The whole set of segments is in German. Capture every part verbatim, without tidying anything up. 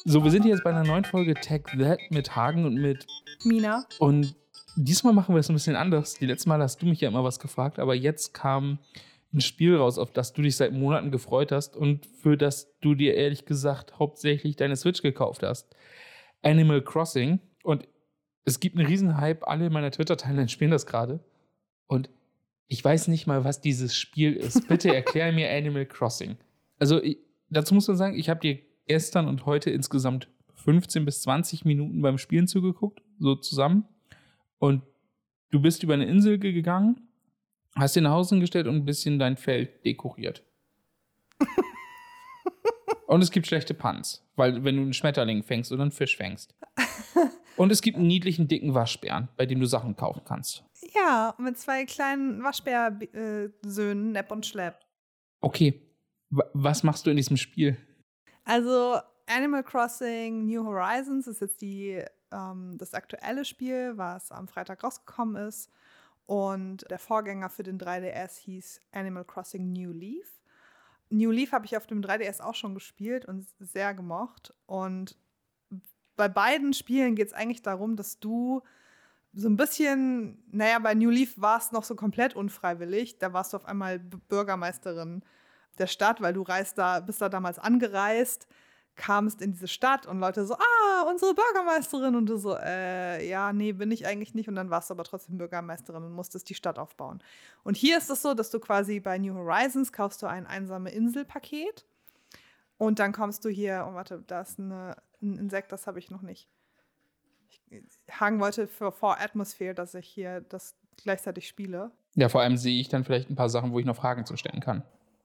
So, wir sind hier jetzt bei einer neuen Folge Tech That mit Hagen und mit Mina. Und diesmal machen wir es ein bisschen anders. Die letzten Mal hast du mich ja immer was gefragt, aber jetzt kam ein Spiel raus, auf das du dich seit Monaten gefreut hast und für das du dir ehrlich gesagt hauptsächlich deine Switch gekauft hast. Animal Crossing. Und es gibt einen riesen Hype. Alle in meiner Twitter-Timeline spielen das gerade. Und ich weiß nicht mal, was dieses Spiel ist. Bitte erklär mir Animal Crossing. Also ich, dazu muss man sagen, ich habe dir gestern und heute insgesamt fünfzehn bis zwanzig Minuten beim Spielen zugeguckt, so zusammen. Und du bist über eine Insel gegangen, hast dir nach Hause gestellt und ein bisschen dein Feld dekoriert. Und es gibt schlechte Puns, weil wenn du einen Schmetterling fängst oder einen Fisch fängst. Und es gibt einen niedlichen, dicken Waschbären, bei dem du Sachen kaufen kannst. Ja, mit zwei kleinen Waschbär-Söhnen, Nepp und Schlepp. Okay, w- was machst du in diesem Spiel? Also Animal Crossing New Horizons ist jetzt die, ähm, das aktuelle Spiel, was am Freitag rausgekommen ist. Und der Vorgänger für den drei D S hieß Animal Crossing New Leaf. New Leaf habe ich auf dem drei D S auch schon gespielt und sehr gemocht. Und bei beiden Spielen geht es eigentlich darum, dass du so ein bisschen, naja, bei New Leaf war es noch so komplett unfreiwillig. Da warst du auf einmal B- Bürgermeisterin der Stadt, weil du reist da, bist da damals angereist, kamst in diese Stadt und Leute so, ah, unsere Bürgermeisterin. Und du so, äh, ja, nee, bin ich eigentlich nicht. Und dann warst du aber trotzdem Bürgermeisterin und musstest die Stadt aufbauen. Und hier ist es so, dass du quasi bei New Horizons kaufst du ein einsame Insel-Paket. Und dann kommst du hier, oh warte, da ist eine, ein Insekt, das habe ich noch nicht. Ich, Hagen wollte für For Atmosphere, dass ich hier das gleichzeitig spiele. Ja, vor allem sehe ich dann vielleicht ein paar Sachen, wo ich noch Fragen zu stellen kann.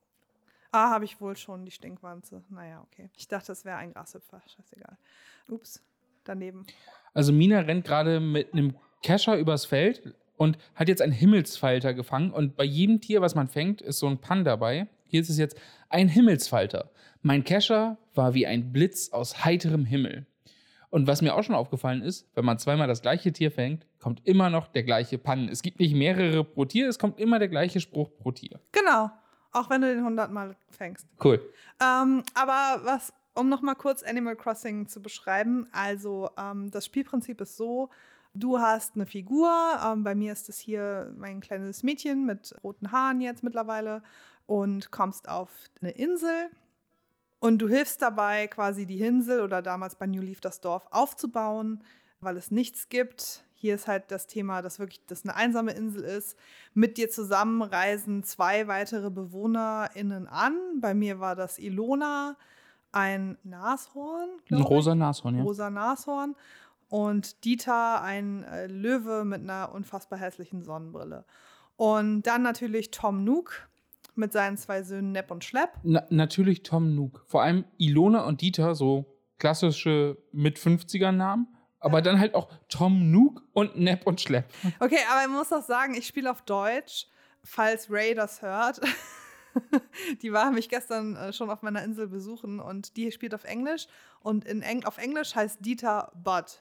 Ah, habe ich wohl schon, die Stinkwanze. Naja, okay. Ich dachte, es wäre ein Grashüpfer. Scheißegal. Ups, daneben. Also Mina rennt gerade mit einem Kescher übers Feld und hat jetzt einen Himmelsfalter gefangen. Und bei jedem Tier, was man fängt, ist so ein Pan dabei. Hier ist es jetzt ein Himmelsfalter. Mein Kescher war wie ein Blitz aus heiterem Himmel. Und was mir auch schon aufgefallen ist, wenn man zweimal das gleiche Tier fängt, kommt immer noch der gleiche Pan. Es gibt nicht mehrere pro Tier, es kommt immer der gleiche Spruch pro Tier. Genau. Auch wenn du den hundert Mal fängst. Cool. Ähm, aber was, um noch mal kurz Animal Crossing zu beschreiben, also ähm, das Spielprinzip ist so, du hast eine Figur, ähm, bei mir ist es hier mein kleines Mädchen mit roten Haaren jetzt mittlerweile und kommst auf eine Insel und du hilfst dabei, quasi die Insel oder damals bei New Leaf das Dorf aufzubauen, weil es nichts gibt. Hier ist halt das Thema, dass wirklich das eine einsame Insel ist. Mit dir zusammen reisen zwei weitere BewohnerInnen an. Bei mir war das Ilona, ein Nashorn, Ein glaube ich. rosa Nashorn, ja. Rosa Nashorn. Und Dieter, ein äh, Löwe mit einer unfassbar hässlichen Sonnenbrille. Und dann natürlich Tom Nook mit seinen zwei Söhnen Nepp und Schlepp. Na, natürlich Tom Nook. Vor allem Ilona und Dieter, so klassische mit fünfziger-Namen. Aber dann halt auch Tom Nook und Nepp und Schlepp. Okay, aber ich muss auch sagen, ich spiele auf Deutsch, falls Ray das hört. Die war mich gestern äh, schon auf meiner Insel besuchen und die spielt auf Englisch. Und in Eng- auf Englisch heißt Dieter Bud.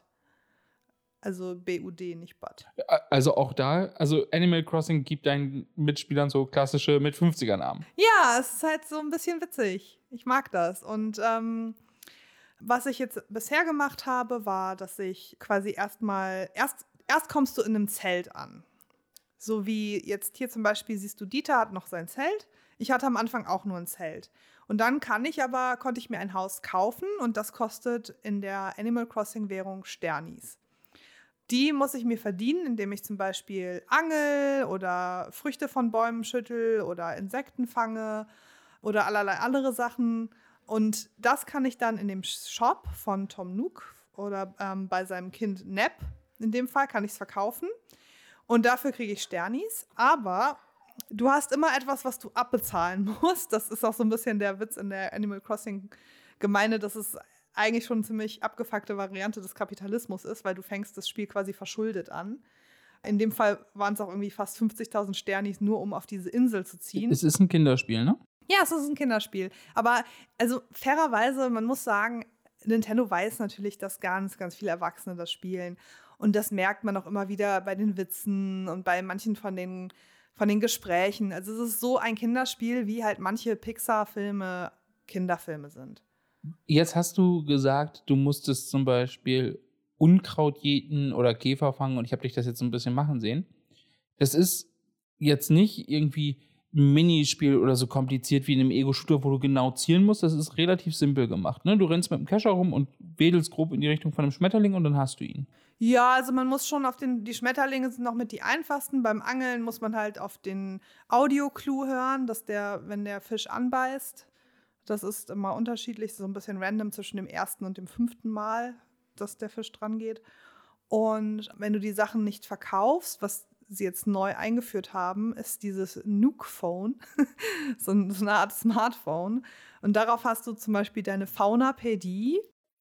Also B U D, nicht Bud. Also auch da, also Animal Crossing gibt deinen Mitspielern so klassische mit fünfziger-Namen. Ja, es ist halt so ein bisschen witzig. Ich mag das. Und ähm, was ich jetzt bisher gemacht habe, war, dass ich quasi erstmal, erst, erst kommst du in einem Zelt an. So wie jetzt hier zum Beispiel siehst du, Dieter hat noch sein Zelt. Ich hatte am Anfang auch nur ein Zelt. Und dann kann ich aber, konnte ich mir ein Haus kaufen und das kostet in der Animal Crossing Währung Sternis. Die muss ich mir verdienen, indem ich zum Beispiel angel oder Früchte von Bäumen schüttel oder Insekten fange oder allerlei andere Sachen. Und das kann ich dann in dem Shop von Tom Nook oder ähm, bei seinem Kind Nepp, in dem Fall, kann ich es verkaufen. Und dafür kriege ich Sternis. Aber du hast immer etwas, was du abbezahlen musst. Das ist auch so ein bisschen der Witz in der Animal Crossing-Gemeinde, dass es eigentlich schon eine ziemlich abgefuckte Variante des Kapitalismus ist, weil du fängst das Spiel quasi verschuldet an. In dem Fall waren es auch irgendwie fast fünfzigtausend Sternis, nur um auf diese Insel zu ziehen. Es ist ein Kinderspiel, ne? Ja, es ist ein Kinderspiel. Aber also fairerweise, man muss sagen, Nintendo weiß natürlich, dass ganz, ganz viele Erwachsene das spielen. Und das merkt man auch immer wieder bei den Witzen und bei manchen von den, von den Gesprächen. Also es ist so ein Kinderspiel, wie halt manche Pixar-Filme Kinderfilme sind. Jetzt hast du gesagt, du musstest zum Beispiel Unkraut jäten oder Käfer fangen und ich habe dich das jetzt ein bisschen machen sehen. Das ist jetzt nicht irgendwie ein Minispiel oder so kompliziert wie in einem Ego-Shooter, wo du genau zielen musst. Das ist relativ simpel gemacht. Ne? Du rennst mit dem Kescher rum und wedelst grob in die Richtung von einem Schmetterling und dann hast du ihn. Ja, also man muss schon auf den, die Schmetterlinge sind noch mit die einfachsten. Beim Angeln muss man halt auf den Audio-Clue hören, dass der, wenn der Fisch anbeißt, das ist immer unterschiedlich, so ein bisschen random zwischen dem ersten und dem fünften Mal, dass der Fisch dran geht. Und wenn du die Sachen nicht verkaufst, was sie jetzt neu eingeführt haben, ist dieses Nuke-Phone, so eine Art Smartphone. Und darauf hast du zum Beispiel deine Faunapädie.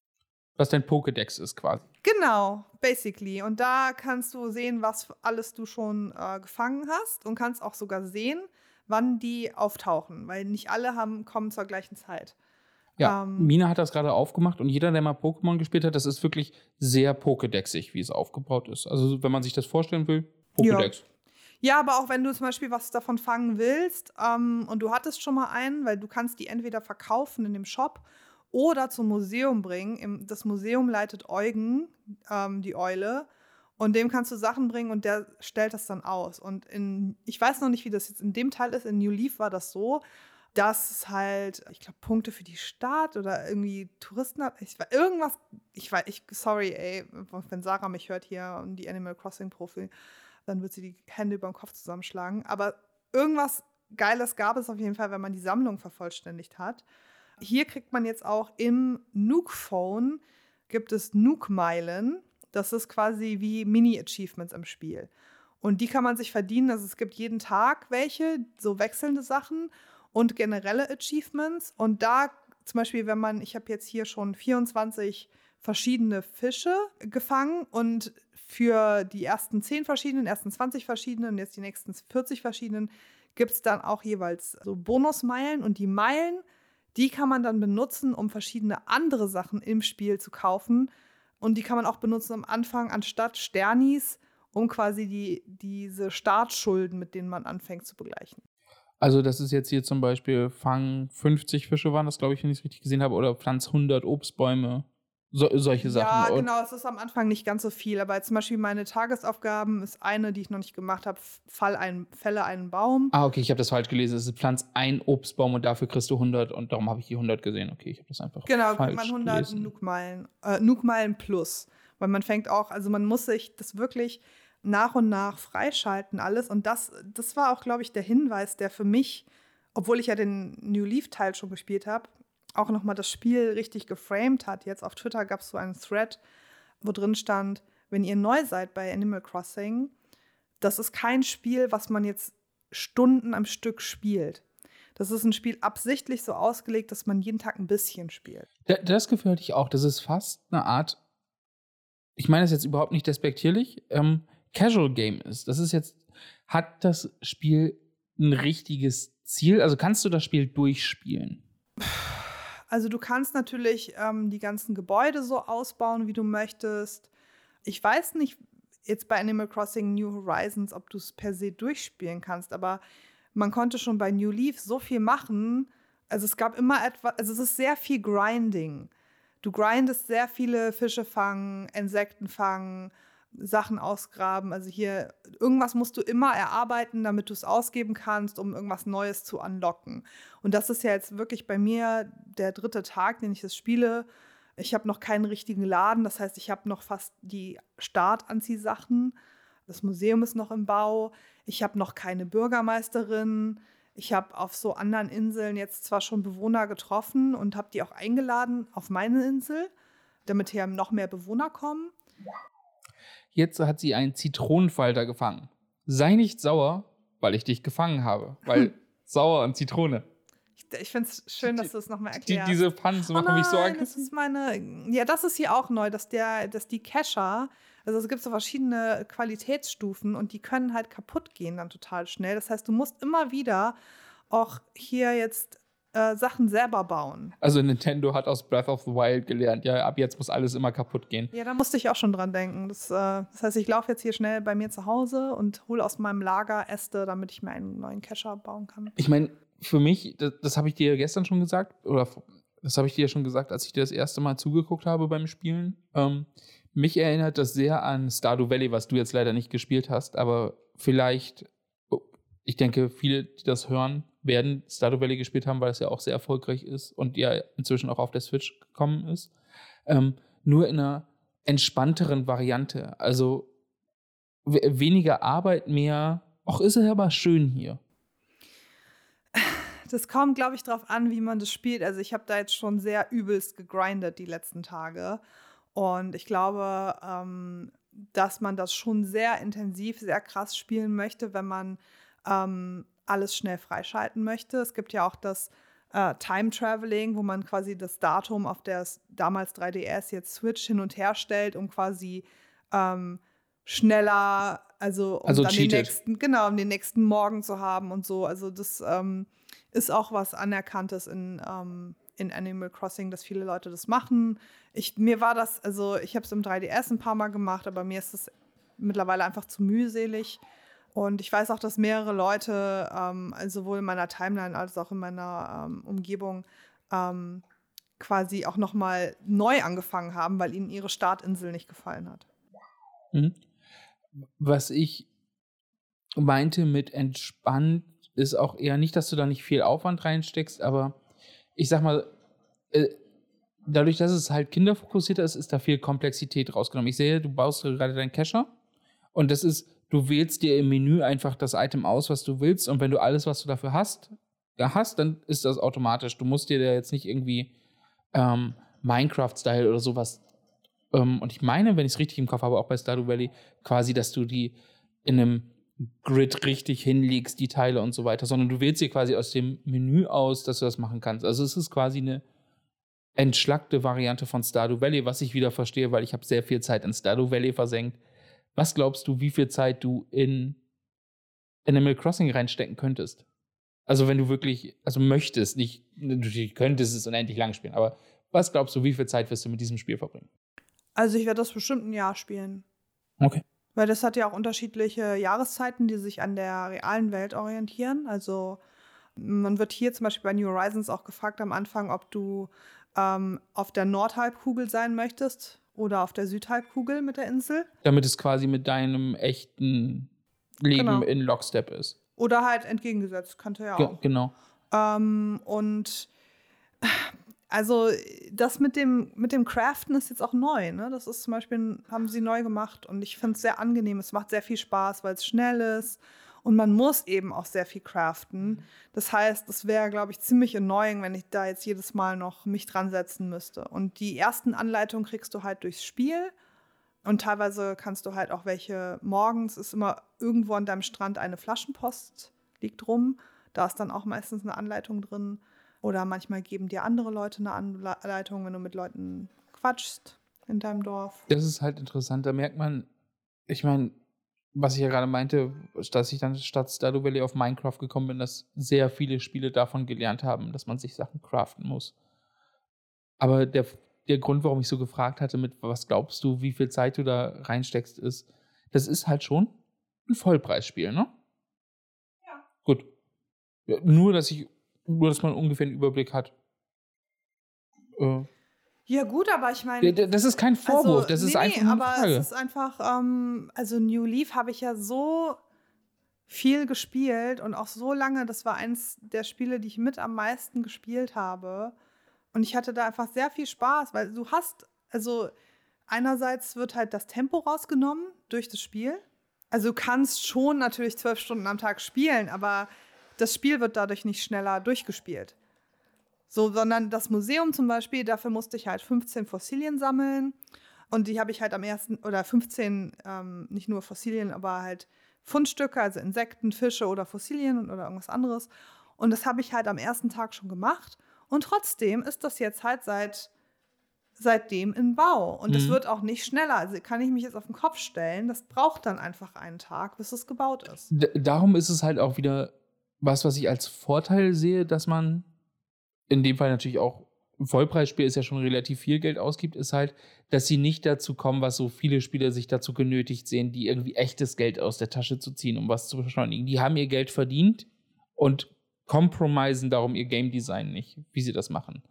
Was dein Pokédex ist quasi. Genau, basically. Und da kannst du sehen, was alles du schon äh, gefangen hast und kannst auch sogar sehen, wann die auftauchen, weil nicht alle haben, kommen zur gleichen Zeit. Ja, Ähm, Mina hat das gerade aufgemacht und jeder, der mal Pokémon gespielt hat, das ist wirklich sehr Pokédexig, wie es aufgebaut ist. Also wenn man sich das vorstellen will, Pokédex. Ja. Ja, aber auch wenn du zum Beispiel was davon fangen willst ähm, und du hattest schon mal einen, weil du kannst die entweder verkaufen in dem Shop oder zum Museum bringen. Im, das Museum leitet Eugen, ähm, die Eule, und dem kannst du Sachen bringen und der stellt das dann aus. Und in, ich weiß noch nicht, wie das jetzt in dem Teil ist, in New Leaf war das so, dass es halt, ich glaube, Punkte für die Stadt oder irgendwie Touristen hat. Ich war irgendwas, ich weiß, ich, sorry, ey, wenn Sarah mich hört hier und die Animal Crossing-Profi, dann wird sie die Hände über den Kopf zusammenschlagen. Aber irgendwas Geiles gab es auf jeden Fall, wenn man die Sammlung vervollständigt hat. Hier kriegt man jetzt auch im Nuke-Phone, gibt es Nuke-Meilen. Das ist quasi wie Mini-Achievements im Spiel. Und die kann man sich verdienen. Also es gibt jeden Tag welche, so wechselnde Sachen und generelle Achievements. Und da zum Beispiel, wenn man, ich habe jetzt hier schon vierundzwanzig verschiedene Fische gefangen und für die ersten zehn verschiedenen, ersten zwanzig verschiedenen und jetzt die nächsten vierzig verschiedenen gibt es dann auch jeweils so Bonusmeilen. Und die Meilen, die kann man dann benutzen, um verschiedene andere Sachen im Spiel zu kaufen. Und die kann man auch benutzen am Anfang anstatt Sternis, um quasi die, diese Startschulden, mit denen man anfängt, zu begleichen. Also das ist jetzt hier zum Beispiel, fang fünfzig Fische waren das, glaube ich, wenn ich es richtig gesehen habe, oder pflanz hundert Obstbäume. So, solche Sachen. Ja, genau, es ist am Anfang nicht ganz so viel, aber zum Beispiel meine Tagesaufgaben ist eine, die ich noch nicht gemacht habe, fall einen, fälle einen Baum. Ah, okay, ich habe das falsch gelesen. Es ist pflanz ein Obstbaum und dafür kriegst du hundert und darum habe ich die hundert gesehen. Okay, ich habe das einfach genau, falsch kriegt man hundert gelesen. Nuke-Meilen, äh, Nuke-Meilen plus, weil man fängt auch, also man muss sich das wirklich nach und nach freischalten alles und das, das war auch, glaube ich, der Hinweis, der für mich, obwohl ich ja den New Leaf-Teil schon gespielt habe, auch nochmal das Spiel richtig geframed hat. Jetzt auf Twitter gab es so einen Thread, wo drin stand, wenn ihr neu seid bei Animal Crossing, das ist kein Spiel, was man jetzt Stunden am Stück spielt. Das ist ein Spiel absichtlich so ausgelegt, dass man jeden Tag ein bisschen spielt. Das Gefühl hatte ich auch. Das ist fast eine Art, ich meine das jetzt überhaupt nicht despektierlich, ähm, Casual Game ist. Das ist jetzt, hat das Spiel ein richtiges Ziel? Also kannst du das Spiel durchspielen? Also du kannst natürlich ähm, die ganzen Gebäude so ausbauen, wie du möchtest. Ich weiß nicht, jetzt bei Animal Crossing New Horizons, ob du es per se durchspielen kannst, aber man konnte schon bei New Leaf so viel machen. Also es gab immer etwas, also es ist sehr viel Grinding. Du grindest sehr viele Fische fangen, Insekten fangen, Sachen ausgraben. Also hier, irgendwas musst du immer erarbeiten, damit du es ausgeben kannst, um irgendwas Neues zu unlocken. Und das ist ja jetzt wirklich bei mir der dritte Tag, den ich das spiele. Ich habe noch keinen richtigen Laden, das heißt, ich habe noch fast die Startanziehsachen. Das Museum ist noch im Bau. Ich habe noch keine Bürgermeisterin. Ich habe auf so anderen Inseln jetzt zwar schon Bewohner getroffen und habe die auch eingeladen auf meine Insel, damit hier noch mehr Bewohner kommen. Jetzt hat sie einen Zitronenfalter gefangen. Sei nicht sauer, weil ich dich gefangen habe. Weil sauer und Zitrone. Ich, ich finde es schön, dass du es nochmal erklärst. Die, diese Pfannenz machen oh mich so nein, aggressiv. das ist meine. Ja, das ist hier auch neu, dass, der, dass die Kescher, also es gibt so verschiedene Qualitätsstufen und die können halt kaputt gehen dann total schnell. Das heißt, du musst immer wieder auch hier jetzt äh, Sachen selber bauen. Also Nintendo hat aus Breath of the Wild gelernt, ja, ab jetzt muss alles immer kaputt gehen. Ja, da musste ich auch schon dran denken. Das, äh, das heißt, ich laufe jetzt hier schnell bei mir zu Hause und hole aus meinem Lager Äste, damit ich mir einen neuen Kescher bauen kann. Ich meine, für mich, das, das habe ich dir gestern schon gesagt, oder das habe ich dir ja schon gesagt, als ich dir das erste Mal zugeguckt habe beim Spielen. Ähm, mich erinnert das sehr an Stardew Valley, was du jetzt leider nicht gespielt hast, aber vielleicht, ich denke, viele, die das hören, werden Stardew Valley gespielt haben, weil es ja auch sehr erfolgreich ist und ja inzwischen auch auf der Switch gekommen ist. Ähm, nur in einer entspannteren Variante. Also w- weniger Arbeit, mehr. Ach, ist es aber schön hier. Das kommt, glaube ich, darauf an, wie man das spielt. Also ich habe da jetzt schon sehr übelst gegrindet die letzten Tage. Und ich glaube, ähm, dass man das schon sehr intensiv, sehr krass spielen möchte, wenn man ähm, alles schnell freischalten möchte. Es gibt ja auch das äh, Time Traveling, wo man quasi das Datum auf der s- damals drei D S, jetzt Switch, hin und her stellt, um quasi ähm, schneller, also um Also dann den cheated. nächsten, genau, um den nächsten Morgen zu haben und so. Also das ähm, ist auch was Anerkanntes in, ähm, in Animal Crossing, dass viele Leute das machen. Ich, mir war das, also ich habe es im drei D S ein paar Mal gemacht, aber mir ist es mittlerweile einfach zu mühselig. Und ich weiß auch, dass mehrere Leute, ähm, also sowohl in meiner Timeline als auch in meiner ähm, Umgebung, ähm, quasi auch nochmal neu angefangen haben, weil ihnen ihre Startinsel nicht gefallen hat. Mhm. Was ich meinte mit entspannt, ist auch eher nicht, dass du da nicht viel Aufwand reinsteckst, aber ich sag mal, äh, dadurch, dass es halt kinderfokussierter ist, ist da viel Komplexität rausgenommen. Ich sehe, du baust gerade deinen Cacher und das ist, du wählst dir im Menü einfach das Item aus, was du willst, und wenn du alles, was du dafür hast, da hast, dann ist das automatisch. Du musst dir da jetzt nicht irgendwie ähm, Minecraft-Style oder sowas. Ähm, und ich meine, wenn ich es richtig im Kopf habe, auch bei Stardew Valley, quasi, dass du die in einem Grid richtig hinlegst, die Teile und so weiter, sondern du wählst dir quasi aus dem Menü aus, dass du das machen kannst. Also es ist quasi eine entschlackte Variante von Stardew Valley, was ich wieder verstehe, weil ich habe sehr viel Zeit in Stardew Valley versenkt. Was glaubst du, wie viel Zeit du in Animal Crossing reinstecken könntest? Also wenn du wirklich, also möchtest, nicht, du könntest es unendlich lang spielen, aber was glaubst du, wie viel Zeit wirst du mit diesem Spiel verbringen? Also ich werde das bestimmt ein Jahr spielen. Okay. Weil das hat ja auch unterschiedliche Jahreszeiten, die sich an der realen Welt orientieren. Also man wird hier zum Beispiel bei New Horizons auch gefragt am Anfang, ob du ähm, auf der Nordhalbkugel sein möchtest oder auf der Südhalbkugel mit der Insel. Damit es quasi mit deinem echten Leben Genau. in Lockstep ist. Oder halt entgegengesetzt, könnte ja Ge- auch. genau. Ähm, und also das mit dem, mit dem Craften ist jetzt auch neu. Ne? Das ist zum Beispiel, haben sie neu gemacht und ich finde es sehr angenehm. Es macht sehr viel Spaß, weil es schnell ist und man muss eben auch sehr viel craften. Das heißt, es wäre, glaube ich, ziemlich annoying, wenn ich da jetzt jedes Mal noch mich dran setzen müsste. Und die ersten Anleitungen kriegst du halt durchs Spiel und teilweise kannst du halt auch welche, morgens ist immer irgendwo an deinem Strand eine Flaschenpost, liegt rum. Da ist dann auch meistens eine Anleitung drin. Oder manchmal geben dir andere Leute eine Anleitung, wenn du mit Leuten quatschst in deinem Dorf. Das ist halt interessant. Da merkt man, ich meine, was ich ja gerade meinte, dass ich dann statt Stardew Valley auf Minecraft gekommen bin, dass sehr viele Spiele davon gelernt haben, dass man sich Sachen craften muss. Aber der, der Grund, warum ich so gefragt hatte, mit was glaubst du, wie viel Zeit du da reinsteckst, ist, das ist halt schon ein Vollpreisspiel, ne? Ja. Gut. Ja, nur, dass ich, nur, dass man ungefähr einen Überblick hat. Äh, Ja gut, aber ich meine... das ist kein Vorwurf, also, das ist nee, einfach nee, nur eine aber Frage. es ist einfach, ähm, also New Leaf habe ich ja so viel gespielt und auch so lange, das war eins der Spiele, die ich mit am meisten gespielt habe. Und ich hatte da einfach sehr viel Spaß, weil du hast, also einerseits wird halt das Tempo rausgenommen durch das Spiel. Also du kannst schon natürlich zwölf Stunden am Tag spielen, aber das Spiel wird dadurch nicht schneller durchgespielt. So, sondern das Museum zum Beispiel, dafür musste ich halt fünfzehn Fossilien sammeln. Und die habe ich halt am ersten, oder fünfzehn, ähm, nicht nur Fossilien, aber halt Fundstücke, also Insekten, Fische oder Fossilien oder irgendwas anderes. Und das habe ich halt am ersten Tag schon gemacht. Und trotzdem ist das jetzt halt seit seitdem in Bau. Und es Mhm. wird auch nicht schneller. Also kann ich mich jetzt auf den Kopf stellen. Das braucht dann einfach einen Tag, bis es gebaut ist. D- darum ist es halt auch wieder was, was ich als Vorteil sehe, dass man in dem Fall natürlich auch ein Vollpreisspiel ist ja schon relativ viel Geld ausgibt, ist halt, dass sie nicht dazu kommen, was so viele Spieler sich dazu genötigt sehen, die irgendwie echtes Geld aus der Tasche zu ziehen, um was zu beschleunigen. Die haben ihr Geld verdient und compromisen darum ihr Game Design nicht, wie sie das machen.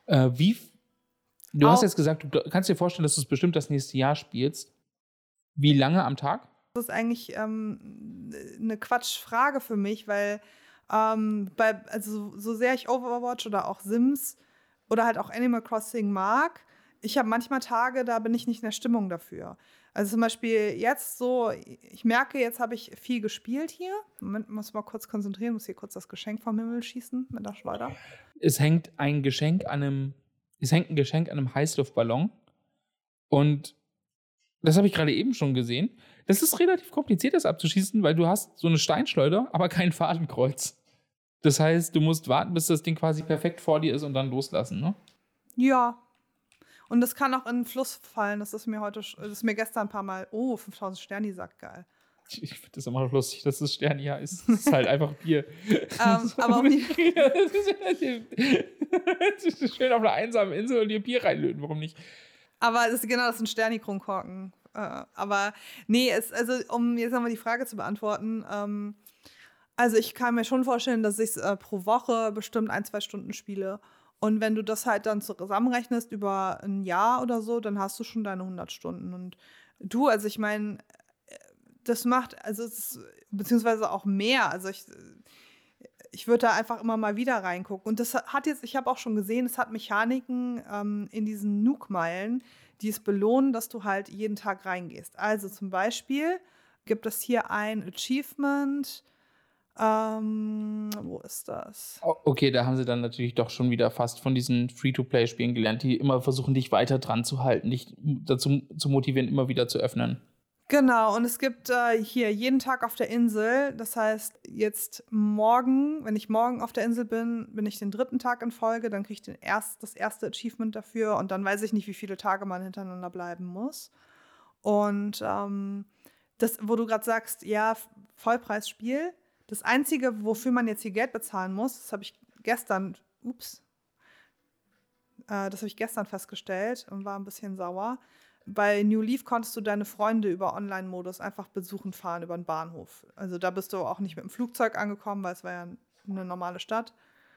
Äh, wie, du Auch, hast jetzt gesagt, du kannst dir vorstellen, dass du es bestimmt das nächste Jahr spielst. Wie lange am Tag? Das ist eigentlich ähm, eine Quatschfrage für mich, weil ähm, bei, also so, so sehr ich Overwatch oder auch Sims oder halt auch Animal Crossing mag, ich habe manchmal Tage, da bin ich nicht in der Stimmung dafür. Also zum Beispiel jetzt so, ich merke, jetzt habe ich viel gespielt hier. Moment, muss mal kurz konzentrieren, muss hier kurz das Geschenk vom Himmel schießen mit der Schleuder. Es hängt ein Geschenk an einem, es hängt ein Geschenk an einem Heißluftballon. Und das habe ich gerade eben schon gesehen. Das ist relativ kompliziert, das abzuschießen, weil du hast so eine Steinschleuder, aber kein Fadenkreuz. Das heißt, du musst warten, bis das Ding quasi perfekt vor dir ist und dann loslassen, ne? Ja. Und das kann auch in den Fluss fallen. Das ist mir heute, das ist mir gestern ein paar Mal, oh, fünftausend Sterni, sagt geil. Ich finde das immer noch lustig, dass es Sterni ja ist. Es ist halt einfach Bier. ähm, aber um die das ist schön auf einer einsamen Insel und dir Bier reinlöten, warum nicht? Aber das ist genau, das sind Sterni-Kronkorken. Äh, aber nee, es, also um jetzt nochmal die Frage zu beantworten, ähm, also ich kann mir schon vorstellen, dass ich äh, pro Woche bestimmt ein, zwei Stunden spiele. Und wenn du das halt dann zusammenrechnest über ein Jahr oder so, dann hast du schon deine hundert Stunden. Und du, also ich meine, das macht, also es ist, beziehungsweise auch mehr. Also ich, ich würde da einfach immer mal wieder reingucken. Und das hat jetzt, ich habe auch schon gesehen, es hat Mechaniken ähm, in diesen Nuke-Meilen, die es belohnen, dass du halt jeden Tag reingehst. Also zum Beispiel gibt es hier ein Achievement. Ähm, wo ist das? Okay, da haben sie dann natürlich doch schon wieder fast von diesen Free-to-Play-Spielen gelernt, die immer versuchen, dich weiter dran zu halten, dich dazu zu motivieren, immer wieder zu öffnen. Genau, und es gibt äh, hier jeden Tag auf der Insel, das heißt jetzt morgen, wenn ich morgen auf der Insel bin, bin ich den dritten Tag in Folge, dann kriege ich den erst, das erste Achievement dafür und dann weiß ich nicht, wie viele Tage man hintereinander bleiben muss. Und ähm, das, wo du gerade sagst, ja, Vollpreisspiel, das Einzige, wofür man jetzt hier Geld bezahlen muss, das habe ich gestern, ups, äh, das habe ich gestern festgestellt und war ein bisschen sauer. Bei New Leaf konntest du deine Freunde über Online-Modus einfach besuchen fahren über den Bahnhof. Also da bist du auch nicht mit dem Flugzeug angekommen, weil es war ja eine normale Stadt.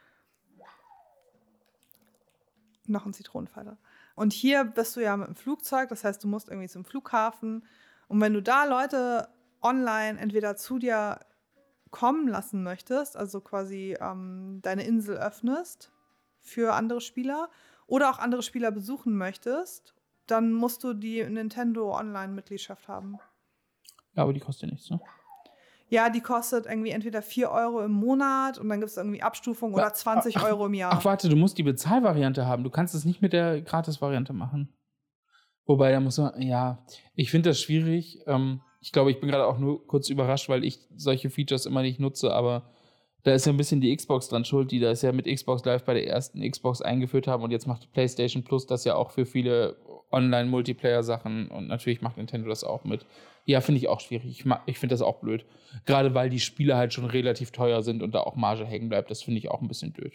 Noch ein Zitronenfalter. Und hier bist du ja mit dem Flugzeug, das heißt, du musst irgendwie zum Flughafen. Und wenn du da Leute online entweder zu dir kommen lassen möchtest, also quasi ähm, deine Insel öffnest für andere Spieler oder auch andere Spieler besuchen möchtest, dann musst du die Nintendo Online-Mitgliedschaft haben. Ja, aber die kostet nichts, ne? Ja, die kostet irgendwie entweder vier Euro im Monat und dann gibt es irgendwie Abstufung oder zwanzig ach, Euro im Jahr. Ach, warte, du musst die Bezahlvariante haben. Du kannst es nicht mit der Gratis-Variante machen. Wobei, da muss man, ja, ich finde das schwierig. Ähm, ich glaube, ich bin gerade auch nur kurz überrascht, weil ich solche Features immer nicht nutze, aber da ist ja ein bisschen die Xbox dran schuld, die das ja mit Xbox Live bei der ersten Xbox eingeführt haben und jetzt macht PlayStation Plus das ja auch für viele Online-Multiplayer-Sachen und natürlich macht Nintendo das auch mit. Ja, finde ich auch schwierig. Ich, ich finde das auch blöd. Gerade weil die Spiele halt schon relativ teuer sind und da auch Marge hängen bleibt, das finde ich auch ein bisschen blöd.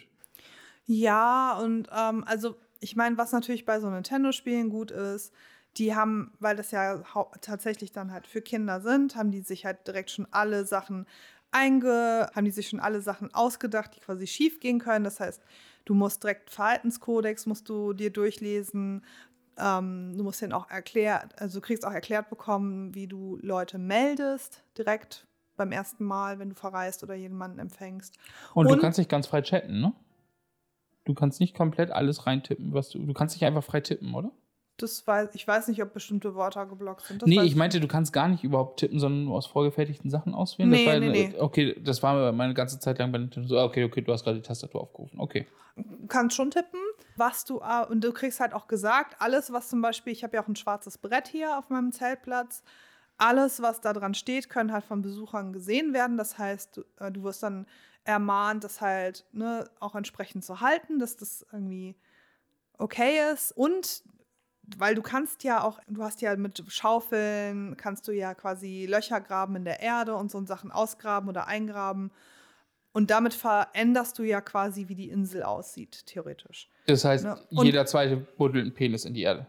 Ja, und ähm, also ich meine, was natürlich bei so Nintendo-Spielen gut ist, die haben, weil das ja tatsächlich dann halt für Kinder sind, haben die sich halt direkt schon alle Sachen einge, haben die sich schon alle Sachen ausgedacht, die quasi schief gehen können. Das heißt, du musst direkt Verhaltenskodex musst du dir durchlesen. Ähm, du musst den auch erklärt, also du kriegst auch erklärt bekommen, wie du Leute meldest, direkt beim ersten Mal, wenn du verreist oder jemanden empfängst. Und, Und du kannst nicht ganz frei chatten, ne? Du kannst nicht komplett alles reintippen, was du. Du kannst nicht einfach frei tippen, oder? Das weiß, ich weiß nicht, ob bestimmte Wörter geblockt sind. Das nee, ich meinte, du kannst gar nicht überhaupt tippen, sondern nur aus vorgefertigten Sachen auswählen. Nee, das war, nee, nee. Okay, das war meine ganze Zeit lang bei Nintendo so, okay, okay, du hast gerade die Tastatur aufgerufen, okay. Du kannst schon tippen, was du, und du kriegst halt auch gesagt, alles, was zum Beispiel, ich habe ja auch ein schwarzes Brett hier auf meinem Zeltplatz, alles, was da dran steht, können halt von Besuchern gesehen werden. Das heißt, du, du wirst dann ermahnt, das halt ne, auch entsprechend zu halten, dass das irgendwie okay ist. Und weil du kannst ja auch, du hast ja mit Schaufeln, kannst du ja quasi Löcher graben in der Erde und so Sachen ausgraben oder eingraben. Und damit veränderst du ja quasi, wie die Insel aussieht, theoretisch. Das heißt, ne? jeder zweite buddelt einen Penis in die Erde.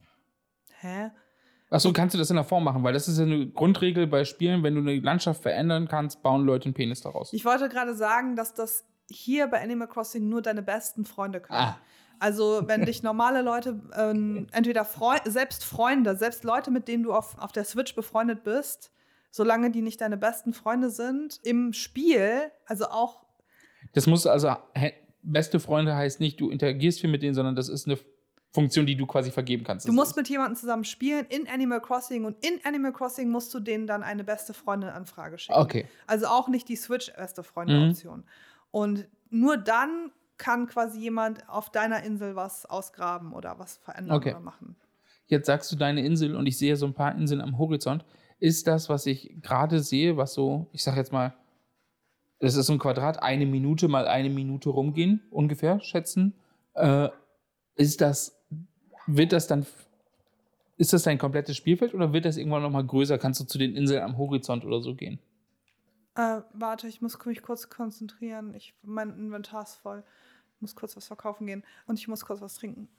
Hä? Achso, kannst du das in der Form machen? Weil das ist ja eine Grundregel bei Spielen, wenn du eine Landschaft verändern kannst, bauen Leute einen Penis daraus. Ich wollte gerade sagen, dass das hier bei Animal Crossing nur deine besten Freunde können. Ah. Also wenn dich normale Leute, ähm, entweder Freu- selbst Freunde, selbst Leute, mit denen du auf, auf der Switch befreundet bist, solange die nicht deine besten Freunde sind, im Spiel, also auch. Das muss also, hä, beste Freunde heißt nicht, du interagierst viel mit denen, sondern das ist eine Funktion, die du quasi vergeben kannst. Du musst mit jemandem zusammen spielen in Animal Crossing und in Animal Crossing musst du denen dann eine beste Freundin-Anfrage schicken. Okay. Also auch nicht die Switch-beste Freunde-Option. Mhm. Und nur dann kann quasi jemand auf deiner Insel was ausgraben oder was verändern okay. oder machen. Jetzt sagst du deine Insel und ich sehe so ein paar Inseln am Horizont. Ist das, was ich gerade sehe, was so, ich sag jetzt mal, das ist so ein Quadrat, eine Minute mal eine Minute rumgehen, ungefähr, schätzen. Äh, ist das, wird das dann, ist das dein komplettes Spielfeld oder wird das irgendwann nochmal größer? Kannst du zu den Inseln am Horizont oder so gehen? Äh, warte, ich muss mich kurz konzentrieren. Ich, mein Inventar ist voll. Ich muss kurz was verkaufen gehen und ich muss kurz was trinken.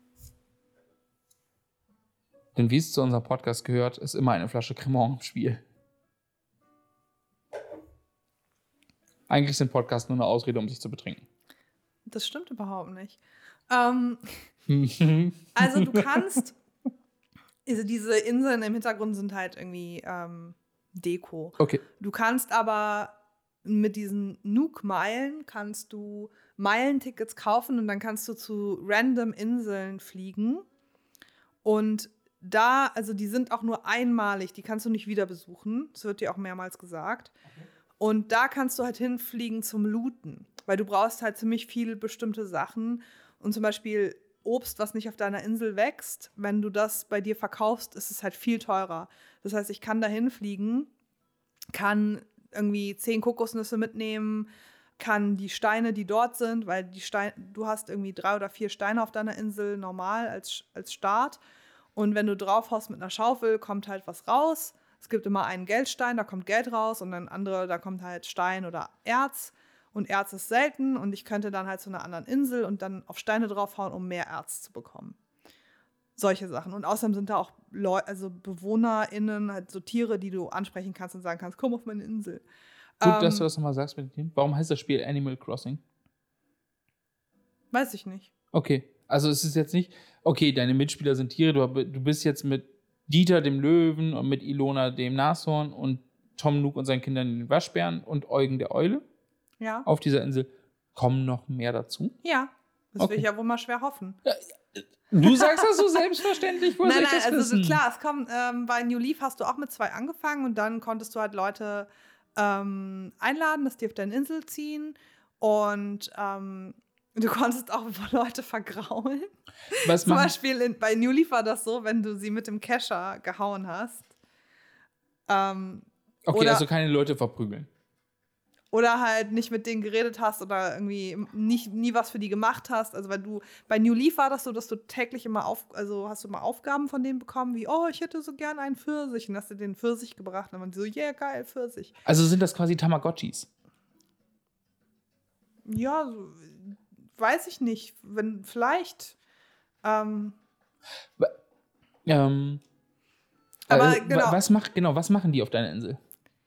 Denn wie es zu unserem Podcast gehört, ist immer eine Flasche Cremant im Spiel. Eigentlich sind Podcasts nur eine Ausrede, um sich zu betrinken. Das stimmt überhaupt nicht. Ähm, also du kannst, also diese Inseln im Hintergrund sind halt irgendwie ähm, Deko. Okay. Du kannst aber mit diesen Nuke-Meilen kannst du Meilentickets kaufen und dann kannst du zu random Inseln fliegen. Und da, also die sind auch nur einmalig, die kannst du nicht wieder besuchen. Das wird dir auch mehrmals gesagt. Okay. Und da kannst du halt hinfliegen zum Looten, weil du brauchst halt ziemlich viele bestimmte Sachen. Und zum Beispiel Obst, was nicht auf deiner Insel wächst, wenn du das bei dir verkaufst, ist es halt viel teurer. Das heißt, ich kann da hinfliegen, kann irgendwie zehn Kokosnüsse mitnehmen, kann die Steine, die dort sind, weil die Steine, du hast irgendwie drei oder vier Steine auf deiner Insel normal als, als Start. Und wenn du draufhaust mit einer Schaufel, kommt halt was raus. Es gibt immer einen Geldstein, da kommt Geld raus und dann andere, da kommt halt Stein oder Erz. Und Erz ist selten und ich könnte dann halt zu einer anderen Insel und dann auf Steine draufhauen, um mehr Erz zu bekommen. Solche Sachen. Und außerdem sind da auch Leu- also BewohnerInnen, halt so Tiere, die du ansprechen kannst und sagen kannst, komm auf meine Insel. Gut, ähm, dass du das nochmal sagst mit den Tieren. Warum heißt das Spiel Animal Crossing? Weiß ich nicht. Okay, also es ist jetzt nicht, okay, deine Mitspieler sind Tiere, du, du bist jetzt mit Dieter, dem Löwen, und mit Ilona, dem Nashorn, und Tom Nook und seinen Kindern, den Waschbären, und Eugen, der Eule. Ja. Auf dieser Insel. Kommen noch mehr dazu? Ja, das okay. will ich ja wohl mal schwer hoffen. Ja, du sagst das so selbstverständlich, woher nein, soll ich nein, das also wissen? klar, es kommt, ähm, bei New Leaf hast du auch mit zwei angefangen und dann konntest du halt Leute ähm, einladen, dass die auf deine Insel ziehen und ähm, du konntest auch Leute vergraulen. Was Zum machen? Beispiel in, bei New Leaf war das so, wenn du sie mit dem Kescher gehauen hast. Ähm, okay, oder, also keine Leute verprügeln. Oder halt nicht mit denen geredet hast oder irgendwie nicht, nie was für die gemacht hast. Also weil du, bei New Leaf war das so, dass du täglich immer auf, also hast du mal Aufgaben von denen bekommen, wie, oh, ich hätte so gern einen Pfirsich. Und hast du den Pfirsich gebracht. Und dann waren die so, yeah, geil, Pfirsich. Also sind das quasi Tamagotchis? Ja, so, weiß ich nicht. Wenn, vielleicht. Ähm, ähm, aber äh, genau. Was, mach, genau. Was machen die auf deiner Insel?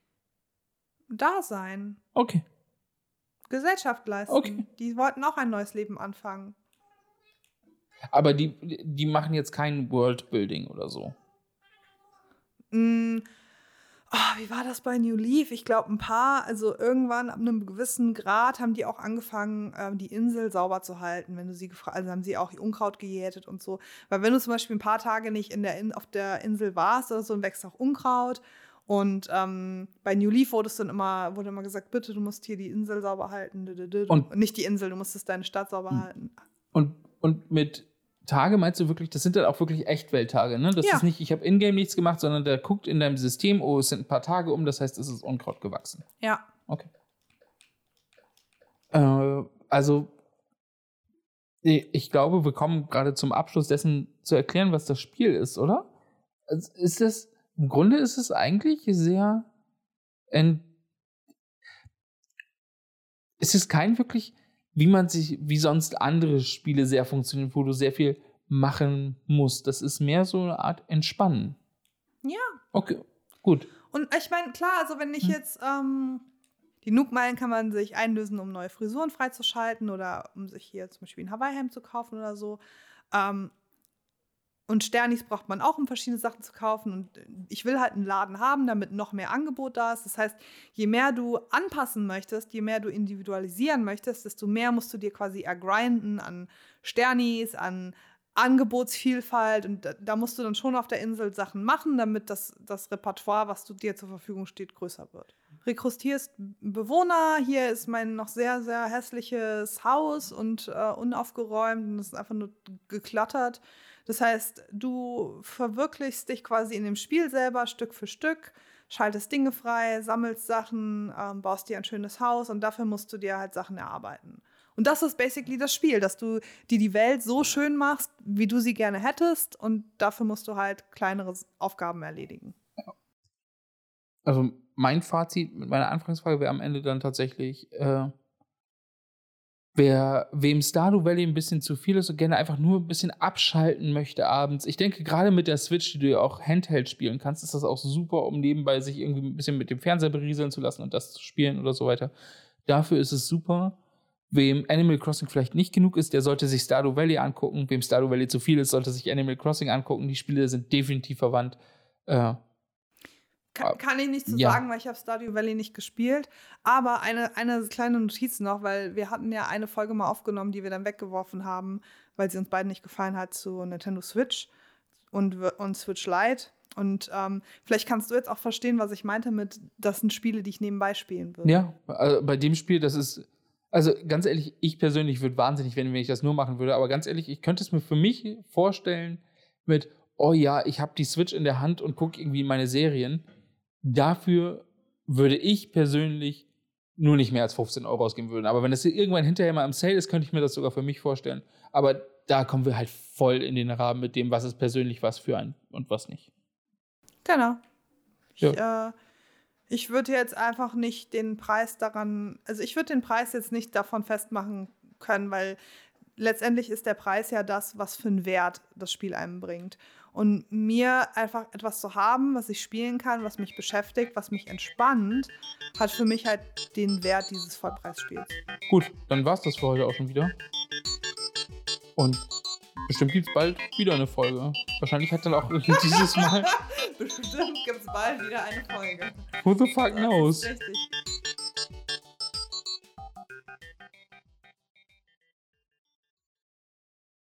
Dasein. Okay. Gesellschaft leisten. Okay. Die wollten auch ein neues Leben anfangen. Aber die, die machen jetzt kein Worldbuilding oder so. Mm, oh, wie war das bei New Leaf? Ich glaube, ein paar, also irgendwann ab einem gewissen Grad haben die auch angefangen, ähm, die Insel sauber zu halten, wenn du sie gefragt, also haben sie auch Unkraut gejätet und so. Weil wenn du zum Beispiel ein paar Tage nicht in der In- auf der Insel warst oder so, dann wächst auch Unkraut. Und ähm, bei New Leaf wurde es dann immer, wurde immer gesagt, bitte, du musst hier die Insel sauber halten. Und, und nicht die Insel, du musstest deine Stadt sauber hm. halten. Und, und mit Tage meinst du wirklich, das sind dann auch wirklich Echtwelttage, ne? Das ja. ist nicht, ich habe in-game nichts gemacht, sondern der guckt in deinem System, oh, es sind ein paar Tage um, das heißt, es ist Unkraut gewachsen. Ja. Okay. Äh, also, ich glaube, wir kommen gerade zum Abschluss dessen zu erklären, was das Spiel ist, oder? Also ist das Im Grunde ist es eigentlich sehr ent- es ist kein wirklich, wie man sich, wie sonst andere Spiele sehr funktionieren, wo du sehr viel machen musst. Das ist mehr so eine Art Entspannen. Ja. Okay, gut. Und ich meine, klar, also wenn ich hm. jetzt, ähm, Die Nook-Meilen kann man sich einlösen, um neue Frisuren freizuschalten oder um sich hier zum Beispiel ein Hawaii-Hemd zu kaufen oder so. Ähm, und Sternis braucht man auch, um verschiedene Sachen zu kaufen. Und ich will halt einen Laden haben, damit noch mehr Angebot da ist. Das heißt, je mehr du anpassen möchtest, je mehr du individualisieren möchtest, desto mehr musst du dir quasi ergrinden an Sternis, an Angebotsvielfalt. Und da, da musst du dann schon auf der Insel Sachen machen, damit das, das Repertoire, was du dir zur Verfügung steht, größer wird. Rekrutierst Bewohner. Hier ist mein noch sehr, sehr hässliches Haus und äh, unaufgeräumt und es ist einfach nur geklattert. Das heißt, du verwirklichst dich quasi in dem Spiel selber Stück für Stück, schaltest Dinge frei, sammelst Sachen, ähm, baust dir ein schönes Haus und dafür musst du dir halt Sachen erarbeiten. Und das ist basically das Spiel, dass du dir die Welt so schön machst, wie du sie gerne hättest und dafür musst du halt kleinere Aufgaben erledigen. Also mein Fazit mit meiner Anfangsfrage wäre am Ende dann tatsächlich, äh, wer wem Stardew Valley ein bisschen zu viel ist und gerne einfach nur ein bisschen abschalten möchte abends. Ich denke, gerade mit der Switch, die du ja auch Handheld spielen kannst, ist das auch super, um nebenbei sich irgendwie ein bisschen mit dem Fernseher berieseln zu lassen und das zu spielen oder so weiter. Dafür ist es super. Wem Animal Crossing vielleicht nicht genug ist, der sollte sich Stardew Valley angucken. Wem Stardew Valley zu viel ist, sollte sich Animal Crossing angucken. Die Spiele sind definitiv verwandt. Äh, Kann, kann ich nicht zu ja. sagen, weil ich habe Stardew Valley nicht gespielt. Aber eine, eine kleine Notiz noch, weil wir hatten ja eine Folge mal aufgenommen, die wir dann weggeworfen haben, weil sie uns beiden nicht gefallen hat, zu Nintendo Switch und, und Switch Lite. Und ähm, vielleicht kannst du jetzt auch verstehen, was ich meinte mit, das sind Spiele, die ich nebenbei spielen würde. Ja, also bei dem Spiel, das ist, also ganz ehrlich, ich persönlich würde wahnsinnig werden, wenn ich das nur machen würde. Aber ganz ehrlich, ich könnte es mir für mich vorstellen mit, oh ja, ich habe die Switch in der Hand und gucke irgendwie meine Serien. Dafür würde ich persönlich nur nicht mehr als fünfzehn Euro ausgeben würden. Aber wenn das irgendwann hinterher mal im Sale ist, könnte ich mir das sogar für mich vorstellen. Aber da kommen wir halt voll in den Rahmen mit dem, was ist persönlich was für einen und was nicht. Genau. Ich, Ja. äh, ich würde jetzt einfach nicht den Preis daran, also ich würde den Preis jetzt nicht davon festmachen können, weil letztendlich ist der Preis ja das, was für einen Wert das Spiel einem bringt. Und mir einfach etwas zu haben, was ich spielen kann, was mich beschäftigt, was mich entspannt, hat für mich halt den Wert dieses Vollpreisspiels. Gut, dann war's das für heute auch schon wieder. Und bestimmt gibt's bald wieder eine Folge. Wahrscheinlich hat dann auch dieses Mal. Bestimmt gibt's bald wieder eine Folge. Who the fuck knows? Das ist richtig.